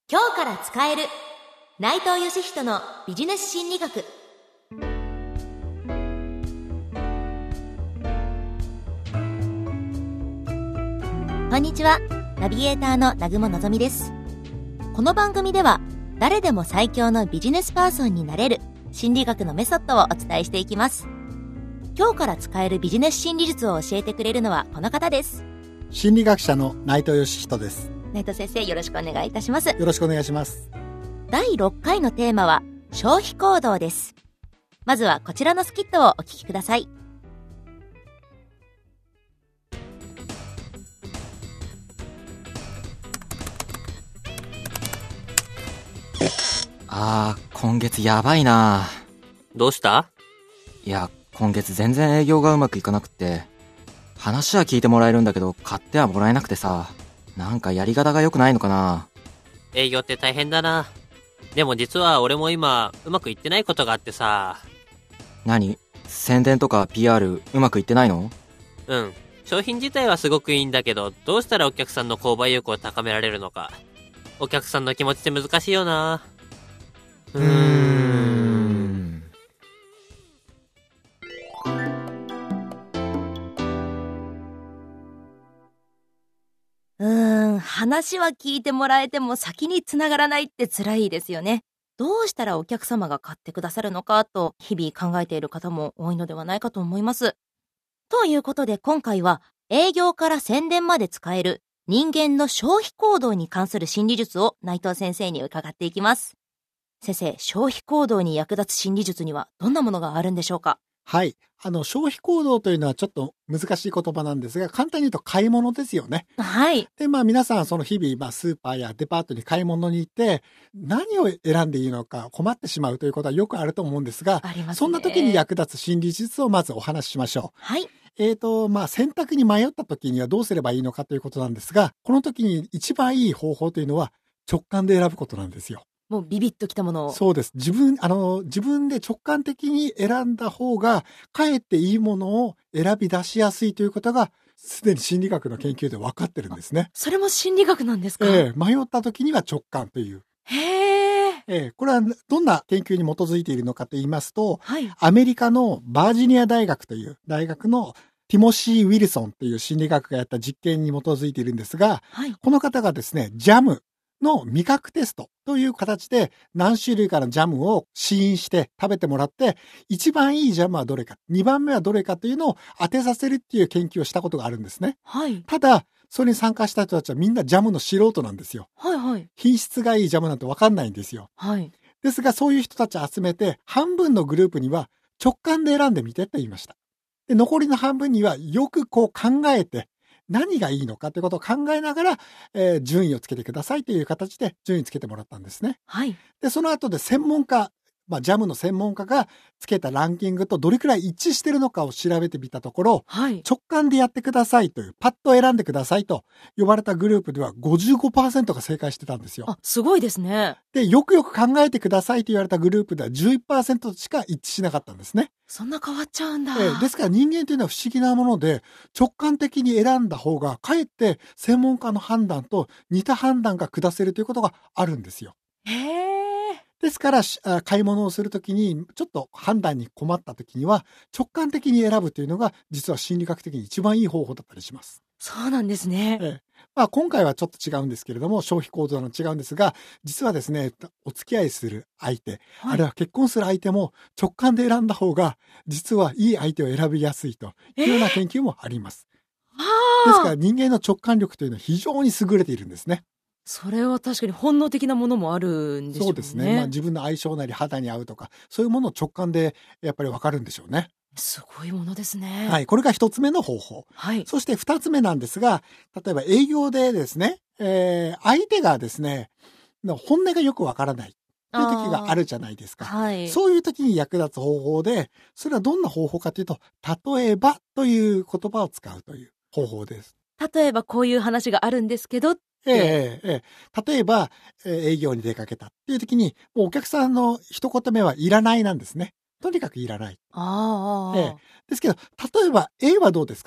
今日から使える内藤義人のビジネス心理学。こんにちは、ナビゲーターの南雲のぞみです。この番組では誰でも最強のビジネスパーソンになれる心理学のメソッドをお伝えしていきます。今日から使えるビジネス心理術を教えてくれるのはこの方です。 心理学者の内藤義人です。 内藤先生、よろしくお願いいたします。 よろしくお願いします。 第6回のテーマは消費行動です。まずはこちらのスキットをお聞きください。 今月やばいな。 どうした？ いや、今月全然営業がうまくいかなくって、話は聞いてもらえるんだけど買ってはもらえなくてさ、なんかやり方が良くないのかな。 営業って大変だな。でも実は俺も今うまくいってないことがあってさ。 何？宣伝とか PR うまくいってないの？ うん。商品自体はすごくいいんだけど、どうしたらお客さんの購買意欲を高められるのか。お客さんの気持ちって難しいよな。 話は聞いてもらえても先に繋がらないって辛いですよね。どうしたらお客様が買ってくださるのかと日々考えている方も多いのではないかと思います。ということで今回は営業から宣伝まで使える人間の消費行動に関する心理術を内藤先生に伺っていきます。先生、消費行動に役立つ心理術にはどんなものがあるんでしょうか？ はい。消費行動というのはちょっと難しい言葉なんですが、簡単に言うと買い物ですよね。 はい。 で、皆さんその日々、スーパーやデパートに買い物に行って、何を選んでいいのか困ってしまうということはよくあると思うんですが、 ありますね。 そんな時に役立つ心理術をまずお話ししましょう。 はい。 選択に迷った時にはどうすればいいのかということなんですが、この時に一番いい方法というのは直感で選ぶことなんですよ。 もうビビッときたものを。 そうです。自分で直感的に選んだ方が、かえっていいものを選び出しやすいということが、すでに心理学の研究で分かってるんですね。 それも心理学なんですか？ 迷った時には直感という。 へー。 これはどんな研究に基づいているのかと言いますと、 はい。 アメリカのバージニア大学という大学のティモシー・ウィルソンという心理学がやった実験に基づいているんですが、 はい。 この方がですね、ジャムの味覚テストという形で何種類かのジャムを試飲して食べてもらって、一番いいジャムはどれか、二番目はどれかというのを当てさせるっていう研究をしたことがあるんですね。 はい。 ただ、それに参加した人たちはみんなジャムの素人なんですよ。 はいはい。 品質がいいジャムなんてわかんないんですよ。 はい。 ですが、そういう人たちを集めて、半分のグループには直感で選んでみてと言いました。で、残りの半分にはよく考えて、何がいいのかということを考えながら、順位をつけてくださいという形で順位つけてもらったんですね。 はい。 で、その後で専門家、ジャムの専門家がつけたランキングとどれくらい一致しているのかを調べてみたところ、 はい。 直感でやってくださいという、パッと選んでくださいと呼ばれたグループでは 55% が正解してたんですよ。 すごいですね。 で、よくよく考えてくださいと言われたグループでは 11% しか一致しなかったんですね。 そんな変わっちゃうんだ。 ですから人間というのは不思議なもので、直感的に選んだ方が、かえって専門家の判断と似た判断が下せるということがあるんですよ。 へー。 ですから、買い物をするときに、ちょっと判断に困ったときには、直感的に選ぶというのが、実は心理学的に一番いい方法だったりします。 そうなんですね。 今回はちょっと違うんですけれども、消費行動の違うんですが、実はですね、お付き合いする相手、あるいは結婚する相手も直感で選んだ方が、実はいい相手を選びやすいというような研究もあります。ですから人間の直感力というのは非常に優れているんですね。 それは確かに本能的なものもあるんでしょうね。 そうですね。自分の相性なり肌に合うとか、そういうものを直感でやっぱりわかるんでしょうね。 すごいものですね。 はい。これが一つ目の方法。 はい。 そして二つ目なんですが、例えば営業でですね、相手がですね、本音がよくわからないという時があるじゃないですか。 はい。 そういう時に役立つ方法で、それはどんな方法かというと、例えばという言葉を使うという方法です。 例えばこういう話があるんですけど、 例えば、営業に出かけたっていう時に、もうお客さんの一言目はいらないなんですね。とにかくいらない。ですけど、例えば A はどうですか？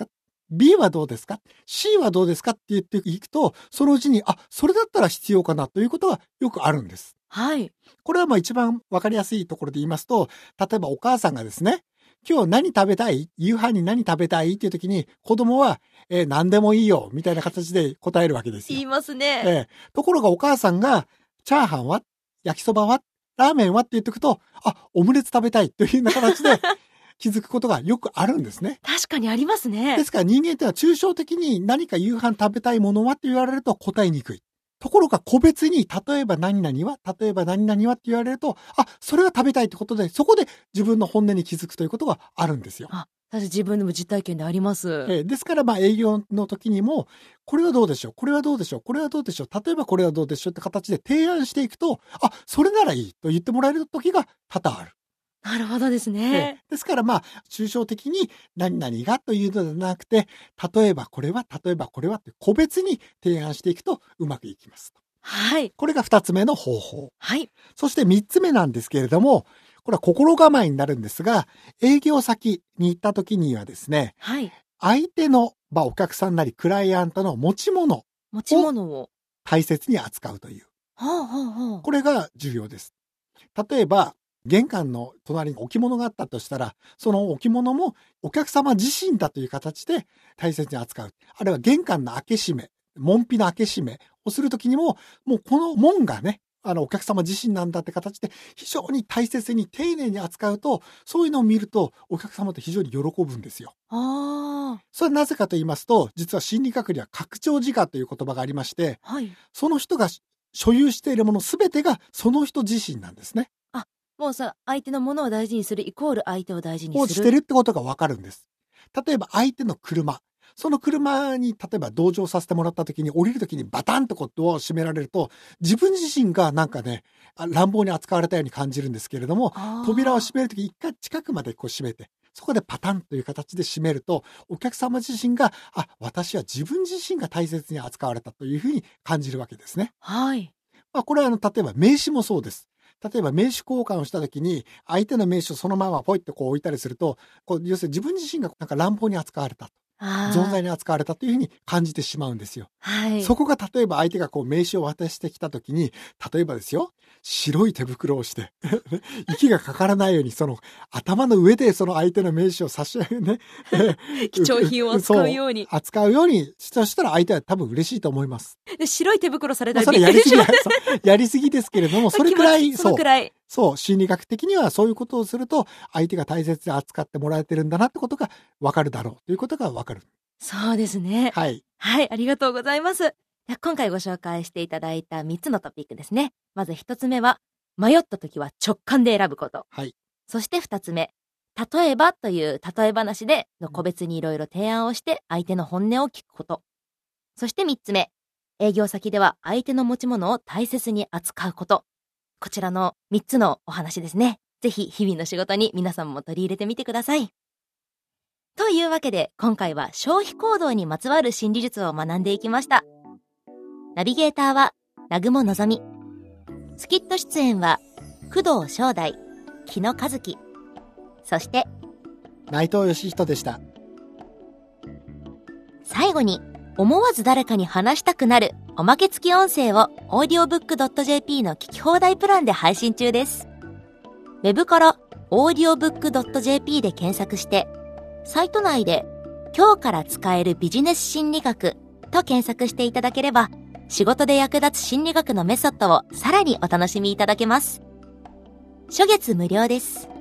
B はどうですか ?C はどうですかって言っていくと、そのうちに、それだったら必要かなということがよくあるんです。 はい。 これは一番わかりやすいところで言いますと、例えばお母さんがですね、今日何食べたい？夕飯に何食べたいっていう時に、子供は、何でもいいよ、みたいな形で答えるわけですよ。 言いますね。 ところがお母さんが、チャーハンは？焼きそばは？ラーメンはって言っておくと、オムレツ食べたいというような形で気づくことがよくあるんですね。 確かにありますね。 ですから人間ってのは抽象的に何か夕飯食べたいものはって言われると答えにくい。ところが個別に、例えば何々はって言われると、それは食べたいってことで、そこで自分の本音に気づくということがあるんですよ。 私自分でも実体験であります。 ですから営業の時にも、これはどうでしょう、これはどうでしょう、これはどうでしょう、例えばこれはどうでしょうって形で提案していくと、それならいいと言ってもらえる時が多々ある。 なるほどですね。 ですから抽象的に何々がというのではなくて、例えばこれはって個別に提案していくとうまくいきます。 はい。 これが2つ目の方法。 はい。 そして3つ目なんですけれども、これは心構えになるんですが、営業先に行った時にはですね、 はい。 相手の、お客さんなりクライアントの持ち物を大切に扱うという。これが重要です。例えば、玄関の隣に置物があったとしたら、その置物もお客様自身だという形で大切に扱う。あるいは玄関の開け閉め、門扉の開け閉めをするときにも、もうこの門がね、お客様自身なんだって形で非常に大切に丁寧に扱うと、そういうのを見るとお客様って非常に喜ぶんですよ。それはなぜかと言いますと、実は心理学には拡張自我という言葉がありまして、その人が所有しているものすべてがその人自身なんですね。 もう相手のものを大事にするイコール相手を大事にする。 をしてるってことがわかるんです。例えば相手の車。その車に例えば同乗させてもらった時に降りる時にバタンとドアを閉められると、自分自身がなんかね、乱暴に扱われたように感じるんですけれども、扉を閉める時一回近くまで閉めて、そこでパタンという形で閉めると、お客様自身が、私は自分自身が大切に扱われたというふうに感じるわけですね。 はい。 これは例えば名刺もそうです。例えば名刺交換をしたときに、相手の名刺をそのままポイって置いたりすると、要するに自分自身がなんか乱暴に扱われた。存在に扱われたというふうに感じてしまうんですよ。 はい。 そこが例えば相手が名刺を渡してきたときに、例えばですよ、白い手袋をして、息がかからないように、その頭の上でその相手の名刺を差し上げね、 貴重品を扱うように。 扱うようにそしたら相手は多分嬉しいと思います。 で白い手袋されたらびっくりします。やりすぎですけれども、それくらい、そう、心理学的にはそういうことをすると、相手が大切に扱ってもらえてるんだなってことがわかるだろうということがわかる。 そうですね。 はい。 はい、ありがとうございます。今回ご紹介していただいた3つのトピックですね。まず1つ目は、迷った時は直感で選ぶこと。 はい。 そして2つ目、例えばという例え話で個別にいろいろ提案をして相手の本音を聞くこと。そして3つ目、営業先では相手の持ち物を大切に扱うこと。こちらの3つのお話ですね。ぜひ日々の仕事に皆さんも取り入れてみてください。というわけで今回は消費行動にまつわる心理術を学んでいきました。ナビゲーターは南雲のぞみ。スキット出演は工藤正代、木野和樹、そして内藤義人でした。 最後に思わず誰かに話したくなるおまけ付き音声を audiobook.jp の聞き放題プランで配信中です。ウェブから audiobook.jp で検索してサイト内で今日から使えるビジネス心理学と検索していただければ仕事で役立つ心理学のメソッドをさらにお楽しみいただけます。初月無料です。